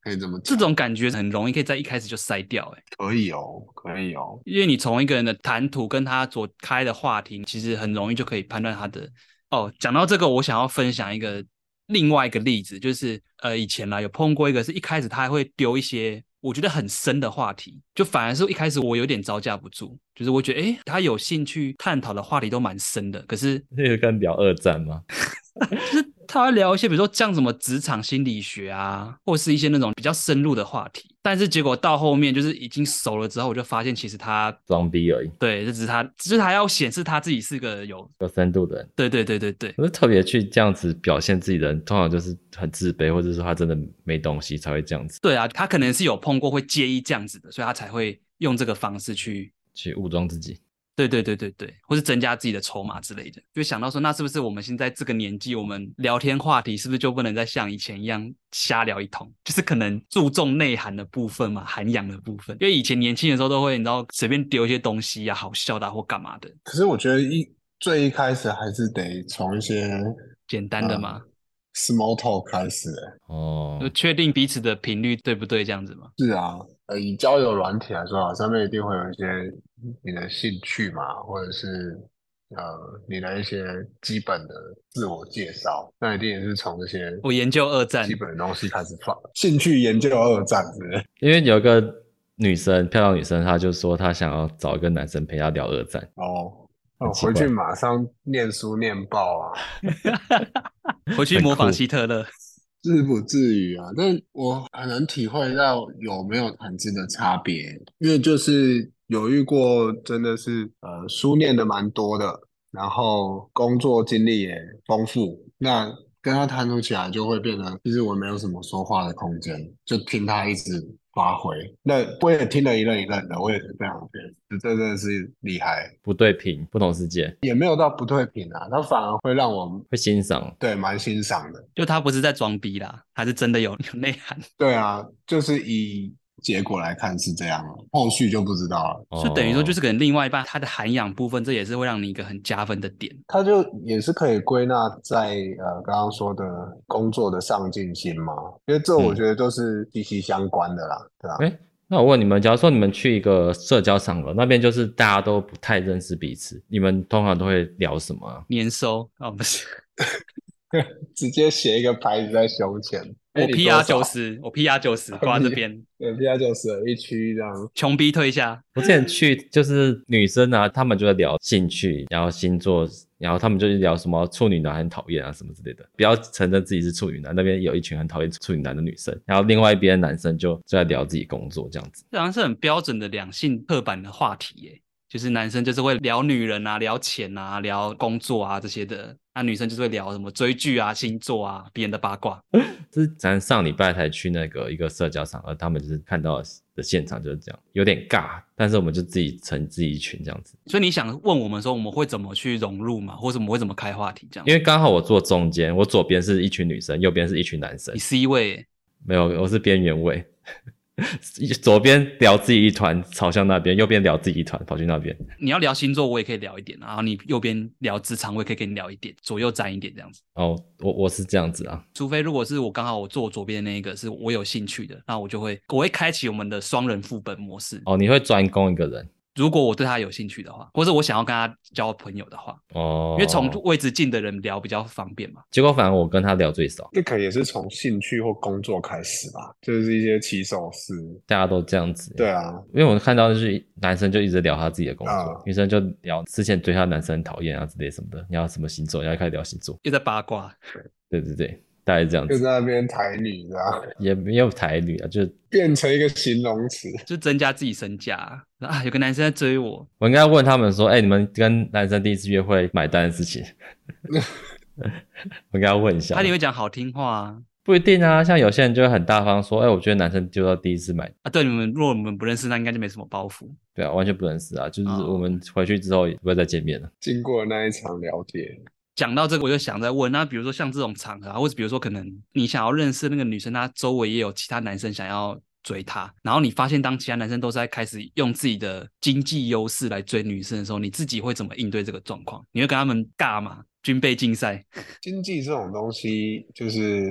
可以这么讲。 这种感觉很容易可以在一开始就筛掉， 可以哦，可以哦。 因为你从一个人的谈吐跟他所开的话题，其实很容易就可以判断他的。哦，讲到这个，我想要分享另外一个例子，就是以前啦有碰过一个是一开始他还会丢一些我觉得很深的话题，就反而是一开始我有点招架不住，就是我觉得他有兴趣探讨的话题都蛮深的，可是那个跟聊二战吗？ 就是他会聊一些比如说像什么职场心理学啊，或是一些那种比较深入的话题，但是结果到后面就是已经熟了之后，我就发现其实他装逼而已， 对，这只是他，就是他要显示他自己是个有深度的人。 对对对对对， 可是特别去这样子表现自己的人，通常就是很自卑，或者说他真的没东西才会这样子。 对啊，他可能是有碰过会介意这样子的，所以他才会用这个方式去武装自己。 对对对对对，或是增加自己的筹码之类的，就想到说，那是不是我们现在这个年纪，我们聊天话题是不是就不能再像以前一样瞎聊一通？就是可能注重内涵的部分嘛，涵养的部分。因为以前年轻的时候都会，你知道随便丢一些东西啊，好笑的或干嘛的。 可是我觉得最一开始还是得从一些简单的嘛 small talk 开始。 就确定彼此的频率对不对，这样子嘛。 是啊，以交友软体来说啊，上面一定会有一些你的兴趣嘛，或者是你的一些基本的自我介绍，那一定也是从这些我研究二战基本的东西开始放。兴趣研究二战是不是？ 因为有个女生，漂亮女生，她就说她想要找一个男生陪她聊二战。 回去马上念书念爆啊！ 回去模仿希特勒。 是不至于啊，但我很能体会到有没有谈资的差别，因为就是有遇过真的是书念的蛮多的，然后工作经历也丰富，那跟他谈吐起来就会变得，其实我没有什么说话的空间，就听他一直发挥。那我也听了一愣一愣的，我也是非常觉得这真的是厉害， 不对频，不同世界， 也没有到不对品啊，他反而会让我会欣赏， 对蛮欣赏的。 就他不是在装逼啦，他是真的有内涵。 对啊，就是以结果来看是这样了，后续就不知道了。 就等于说，就是可能另外一半他的涵养部分，这也是会让你一个很加分的点。 它就也是可以归纳在刚刚说的工作的上进心嘛，因为这我觉得都是息息相关的啦，对吧？ 那我问你们，假如说你们去一个社交场合，那边就是大家都不太认识彼此，你们通常都会聊什么啊？ 年收不是， 直接写一个牌子在胸前。 我 PR90，我 PR90挂这边， 对 PR90一区这样。 穷逼退下。 我之前去就是女生啊，她们就在聊兴趣，然后星座，然后她们就是聊什么处女男很讨厌啊什么之类的，不要承认自己是处女男。那边有一群很讨厌处女男的女生，然后另外一边男生就在聊自己工作这样子。 这好像是很标准的两性刻板的话题耶。就是男生就是会聊女人啊、聊钱啊、聊工作啊这些的，那女生就是会聊什么追剧啊、星座啊、别人的八卦。 这是咱上礼拜才去那个一个社交场合，他们就是看到的现场就是这样，有点尬，但是我们就自己成自己一群这样子。 所以你想问我们说我们会怎么去融入嘛，或者我们会怎么开话题这样？ 因为刚好我坐中间，我左边是一群女生，右边是一群男生。 你 C 位耶？ 没有，我是边缘位。左边聊自己一团朝向那边，右边聊自己一团跑去那边。 你要聊星座我也可以聊一点，然后你右边聊职场我也可以跟你聊一点，左右沾一点这样子。 哦，我是这样子啊， 除非如果是我刚好我坐我左边的那一个是我有兴趣的，那我会开启我们的双人副本模式。 哦，你会专攻一个人。 如果我对他有兴趣的话，或者我想要跟他交朋友的话，因为从位置近的人聊比较方便嘛。 结果反而我跟他聊最少。 这可能也是从兴趣或工作开始吧，就是一些起手式， 大家都这样子。 对啊， 因为我看到就是男生就一直聊他自己的工作，女生就聊之前追他男生很讨厌啊之类什么的，你要什么星座，然后开始聊星座， 又在八卦。 对对对，大概是这样子。 就在那边台女这样， 也没有台女啊，就变成一个形容词， 就增加自己身价啊！有个男生在追我， 我应该问他们说，你们跟男生第一次约会买单的事情，我应该要问一下。 他也会讲好听话啊。 不一定啊，像有些人就会很大方说，我觉得男生就要第一次买啊。对，如果我们不认识，那应该就没什么包袱。 对啊，完全不认识啊，就是我们回去之后也不会再见面了。 经过那一场了解。 讲到这个，我就想再问，那比如说像这种场合啊，或者比如说可能你想要认识那个女生，她周围也有其他男生想要追她，然后你发现当其他男生都是在开始用自己的经济优势来追女生的时候，你自己会怎么应对这个状况？你会跟他们尬吗？军备竞赛？ 经济这种东西就是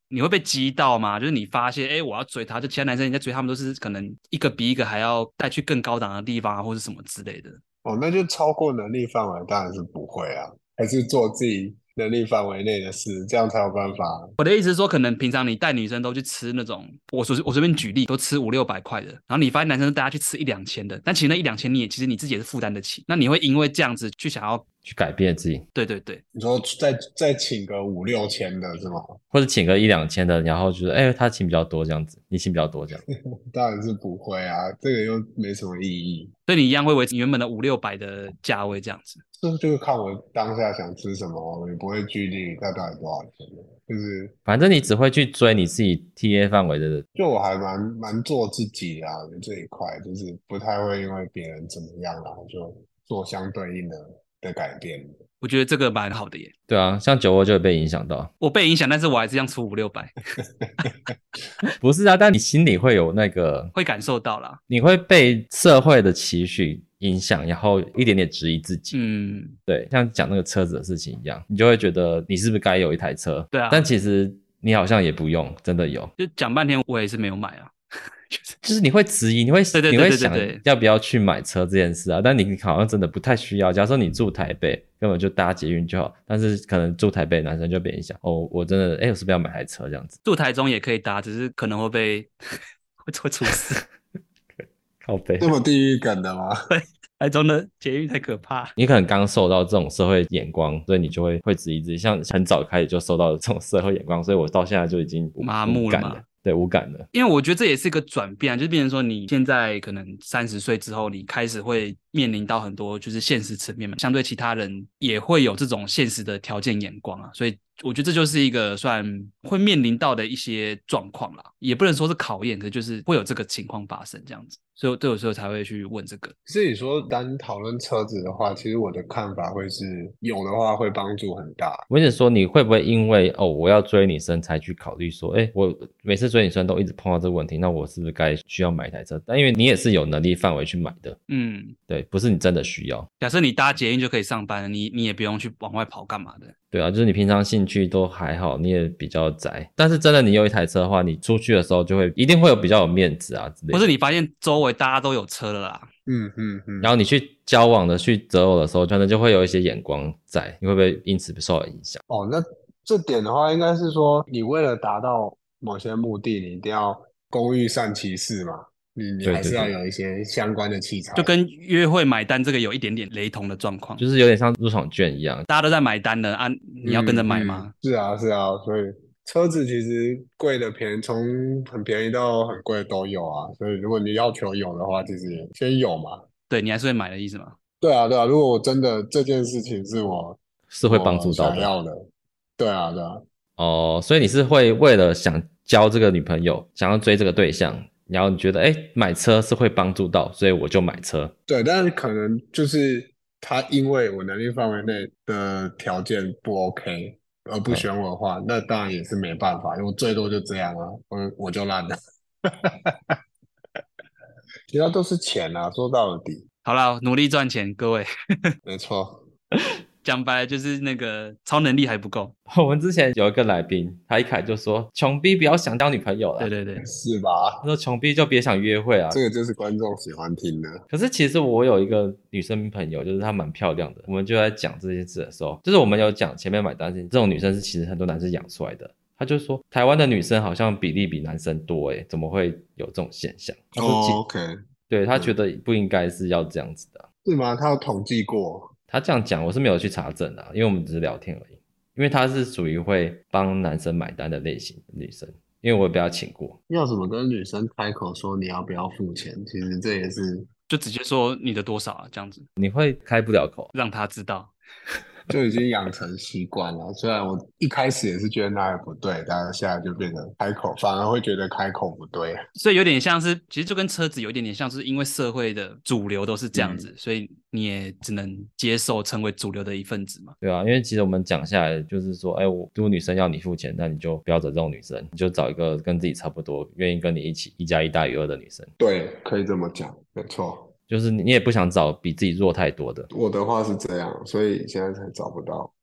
你会被激到吗？就是你发现，哎，我要追他，就其他男生在追他们都是可能一个比一个还要带去更高档的地方啊，或是什么之类的。 哦，那就超过能力范围，当然是不会啊，还是做自己能力范围内的事，这样才有办法。 我的意思是说，可能平常你带女生都去吃那种，我随便举例，都吃500-600块的，然后你发现男生带她去吃1-2000的，但其实那1-2000其实你自己也是负担得起，那你会因为这样子去想要去改变自己， 对对对， 你说再请个5-6千的是吗？ 或者请个1-2000的，然后就是他请比较多这样子，你请比较多这样。 当然是不会啊，这个又没什么意义。 所以你一样会维持原本的500-600的价位这样子。 这就是看我当下想吃什么，我也不会拘泥它到底多少钱的。就是反正你只会去追你自己 TA 范围的人。 就我还蛮做自己啊，这一块就是不太会因为别人怎么样然后就做相对应的改变。 我觉得这个蛮好的耶。 对啊，像酒窝就会被影响到。 我被影响，但是我还是这样出500-600， 不是啊，但你心里会有那个， 会感受到啦。 你会被社会的期许影响，然后一点点质疑自己。 嗯， 对，像讲那个车子的事情一样，你就会觉得你是不是该有一台车？ 对啊但其实你好像也不用，真的有。 就讲半天，我也是没有买啊。 就是你会质疑，你会对对对你会想对对对要不要去买车这件事啊？但你好像真的不太需要。假如说你住台北，根本就搭捷运就好，但是可能住台北的男生就被影响哦，我真的我是不是要买台车这样子？ 住台中也可以搭，只是可能会被会出事。 靠背， 这么地狱梗的吗？ 台中的捷运太可怕。 你可能刚受到这种社会眼光，所以你就会质疑自己。像很早开始就受到这种社会眼光，所以我到现在就已经麻木了嘛无感了。对，无感了。 因为我觉得这也是一个转变啊，就是变成说你现在可能30岁之后，你开始会面临到很多就是现实层面嘛，相对其他人也会有这种现实的条件眼光啊，所以我觉得这就是一个算会面临到的一些状况啦，也不能说是考验，可是就是会有这个情况发生这样子，所以对我有时候才会去问这个。 是你说单讨论车子的话，其实我的看法会是有的话会帮助很大。 我一直说你会不会因为我要追女生才去考虑说，我每次追女生都一直碰到这个问题，那我是不是该需要买一台车？但因为你也是有能力范围去买的， 嗯， 对，不是你真的需要。 假设你搭捷运就可以上班了，你也不用去往外跑干嘛的。 对啊，就是你平常兴趣都还好，你也比较宅，但是真的你有一台车的话，你出去的时候就会一定会有比较有面子啊之类的。 或是你发现周围大家都有车了啦， 然后你去交往的去择偶的时候，可能就会有一些眼光在，你会不会因此受到影响？ 哦，那这点的话，应该是说你为了达到某些目的，你一定要工欲善其事嘛。你对还是要对对有一些相关的器材， 就跟约会买单这个有一点点雷同的状况， 就是有点像入场券一样。 大家都在买单了啊，你要跟着买吗？ 是啊，是啊，所以车子其实贵的便宜，从很便宜到很贵都有啊。所以如果你要求有的话，其实也先有嘛。 对，你还是会买的意思吗？ 对啊，对啊。如果我真的这件事情是是会帮助到的， 想要的，对啊，对啊。 哦，所以你是会为了想交这个女朋友，想要追这个对象，然后你觉得买车是会帮助到，所以我就买车。 对，但是可能就是他因为我能力范围内的条件不 OK 而不选我的话，那当然也是没办法，因为我最多就这样啊，我就烂了。其他都是钱啊，说到底。 好啦，努力赚钱，各位。 没错。 讲白了就是那个超能力还不够。 我们之前有一个来宾，他一开就说穷逼不要想交女朋友了。 对对对， 是吧？ 他说穷逼就别想约会啊。 这个就是观众喜欢听的。 可是其实我有一个女生朋友，就是她蛮漂亮的，我们就在讲这件事的时候，就是我们有讲前面买单这种女生是其实很多男生养出来的。他就说台湾的女生好像比例比男生多怎么会有这种现象？他说 OK。 对，他觉得不应该是要这样子的。 是吗？他有统计过？ 他这样讲我是没有去查证的，因为我们只是聊天而已。因为他是属于会帮男生买单的类型的女生，因为我也被他请过。 要怎么跟女生开口说你要不要付钱？其实这也是就直接说你的多少啊，这样子你会开不了口， 让他知道。 就已经养成习惯了。虽然我一开始也是觉得那也不对，但是现在就变成开口，反而会觉得开口不对。 所以有点像是，其实就跟车子有一点点像是，因为社会的主流都是这样子，所以你也只能接受成为主流的一份子嘛。 对啊，因为其实我们讲下来就是说，如果女生要你付钱，那你就不要找这种女生，你就找一个跟自己差不多，愿意跟你一起1+1大于2的女生。 对，可以这么讲，没错。 就是你也不想找比自己弱太多的。 我的话是这样，所以现在才找不到。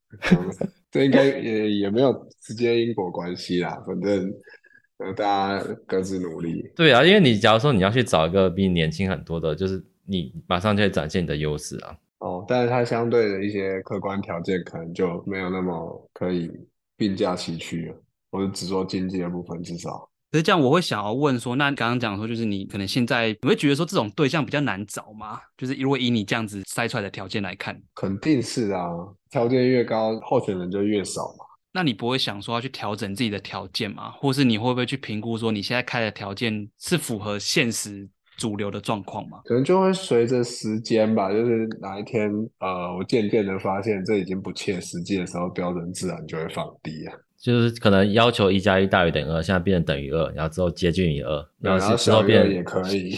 这应该也没有直接因果关系啦，反正大家各自努力。 对啊，因为你假如说你要去找一个比你年轻很多的，就是你马上就会展现你的优势啊。 哦，但是它相对的一些客观条件可能就没有那么可以并驾齐驱了，或者只说经济的部分至少。 可是这样我会想要问说，那刚刚讲说，就是你可能现在你会觉得说这种对象比较难找吗？就是如果以你这样子筛出来的条件来看， 肯定是啊，条件越高，候选人就越少嘛。 那你不会想说要去调整自己的条件吗？或是你会不会去评估说你现在开的条件是符合现实主流的状况吗？ 可能就会随着时间吧，就是哪一天，我渐渐的发现这已经不切实际的时候，标准自然就会放低啊。 就是可能要求1+1大于等于2，现在变成等于2，然后之后接近于2， 对，然后然后之后小于二变也可以，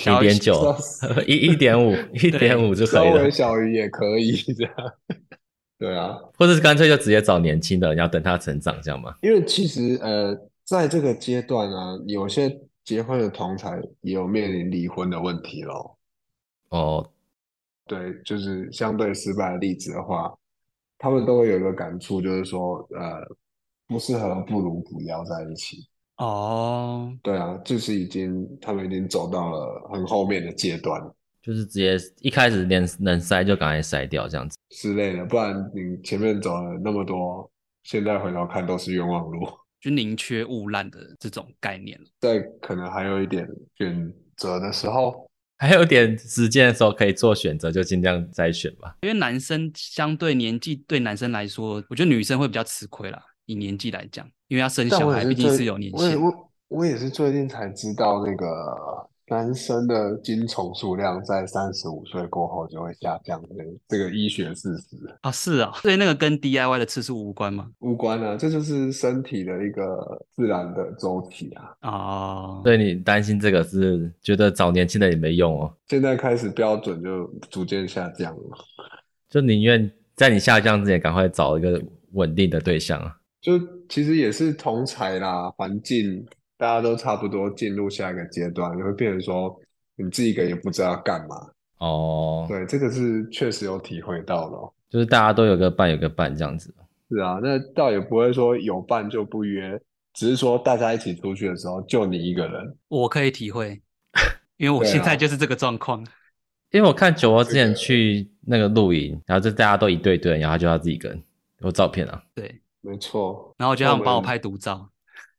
0.9、1.5、1.5就可以了， 稍微小于也可以这样。对啊， 或者是干脆就直接找年轻的，然后等他成长这样嘛。 因为其实在这个阶段啊，有些结婚的同才也有面临离婚的问题咯。 哦， 对，就是相对失败的例子的话，他们都会有一个感触，就是说，不适合不如不要在一起。 哦， 对啊，就是他们已经走到了很后面的阶段就是直接一开始连能筛就赶快筛掉这样子。 之类的，不然你前面走了那么多，现在回头看都是冤枉路。 就宁缺毋滥的这种概念。 再可能还有一点选择的时候， 还有点时间的时候可以做选择，就尽量筛选吧。 因为男生相对年纪对男生来说，我觉得女生会比较吃亏啦，以年纪来讲，因为要生但小孩毕竟是有年限。 我也是最近才知道，那个男生的精虫数量在35岁过后就会下降的这个医学事实。 啊，是啊，所以那个跟 DIY 的次数无关吗？ 无关啊，这就是身体的一个自然的周期啊。 哦， 所以你担心这个是觉得找年轻的也没用哦， 现在开始标准就逐渐下降了， 就宁愿在你下降之前赶快找一个稳定的对象啊。 就其实也是同才啦，环境大家都差不多进入下一个阶段，就会变成说你自己一个也不知道要干嘛。 哦， 对，这个是确实有体会到的哦。 就是大家都有个伴，有个伴这样子。 是啊，那倒也不会说有伴就不约，只是说大家一起出去的时候就你一个人。 我可以体会，因为我对啊现在就是这个状况。 因为我看酒窝之前这个去那个露营，然后就大家都一对对，然后他就他自己一个人，有照片啊。 对， 没错， 然后我就那我们让他们帮我拍独照，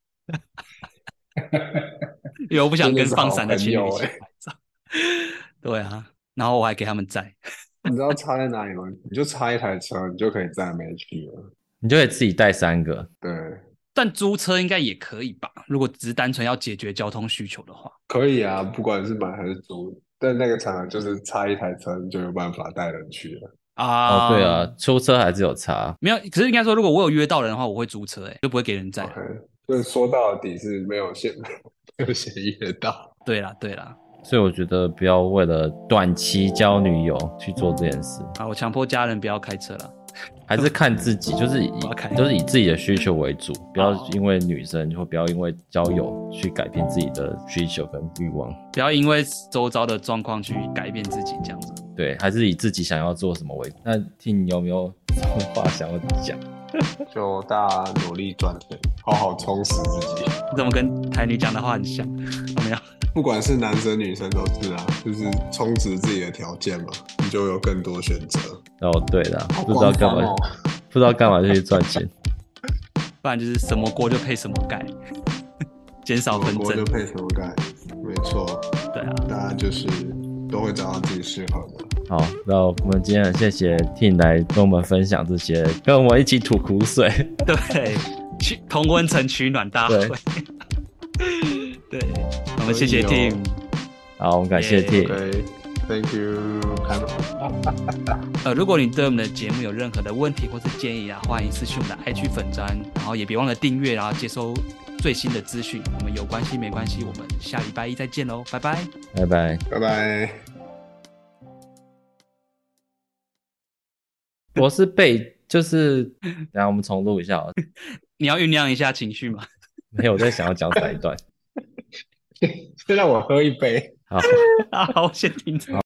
因为我不想真的跟放是好朋闪的情侣一友哎。 起拍照。对啊，然后我还给他们载。 你知道差在哪里吗？你就差一台车，你就可以载美去了。 你就可以自己带3个。 对， 但租车应该也可以吧？如果只是单纯要解决交通需求的话。 可以啊，不管是买还是租，但那个场合就是差一台车，你就有办法带人去了。 哦，对啊， 啊，出车还是有差。 没有，可是应该说，如果我有约到人的话，我会租车，就不会给人载。 OK，就是说到底是没有没有协议得到。 对啦，对啦， 所以我觉得不要为了短期交女友去做这件事， 啊，我强迫家人不要开车了。 还是看自己，就是以自己的需求为主，不要因为女生或不要因为交友去改变自己的需求跟欲望。 不要因为周遭的状况去改变自己，这样子。 对，还是以自己想要做什么为主。那听你有没有什么话想要讲？ 就大家努力赚钱，好好充实自己。 你怎么跟台女讲的话很像？有没有？ 不管是男生女生都是啊，就是充实自己的条件嘛，你就有更多选择。 哦，对啦， 好不知道干嘛， 官方哦不知道干嘛就去赚钱。 不然就是什么锅就配什么盖，减少纷争什么锅就。配什么盖，没错， 对啊， 大家就是都会找到自己适合的。 好，那我们今天很谢谢 Tin 来跟我们分享这些，跟我们一起吐苦水。 对，同温层取暖大会。对，我们谢谢可以 Tim。 好，我们感谢 Tin。 OK，Thank you，看如果你对我们的节目有任何的问题或是建议啊，欢迎私讯我们的 IG 粉专，然后也别忘了订阅，然后接收最新的资讯。我们有关系没关系，我们下礼拜一再见喽，拜拜。 拜拜。 拜拜。 我是被，就是，然后我们重录一下好了。 你要酝酿一下情绪吗？ 没有，我在想要讲哪一段。 先让我喝一杯。 好。 好，先停止。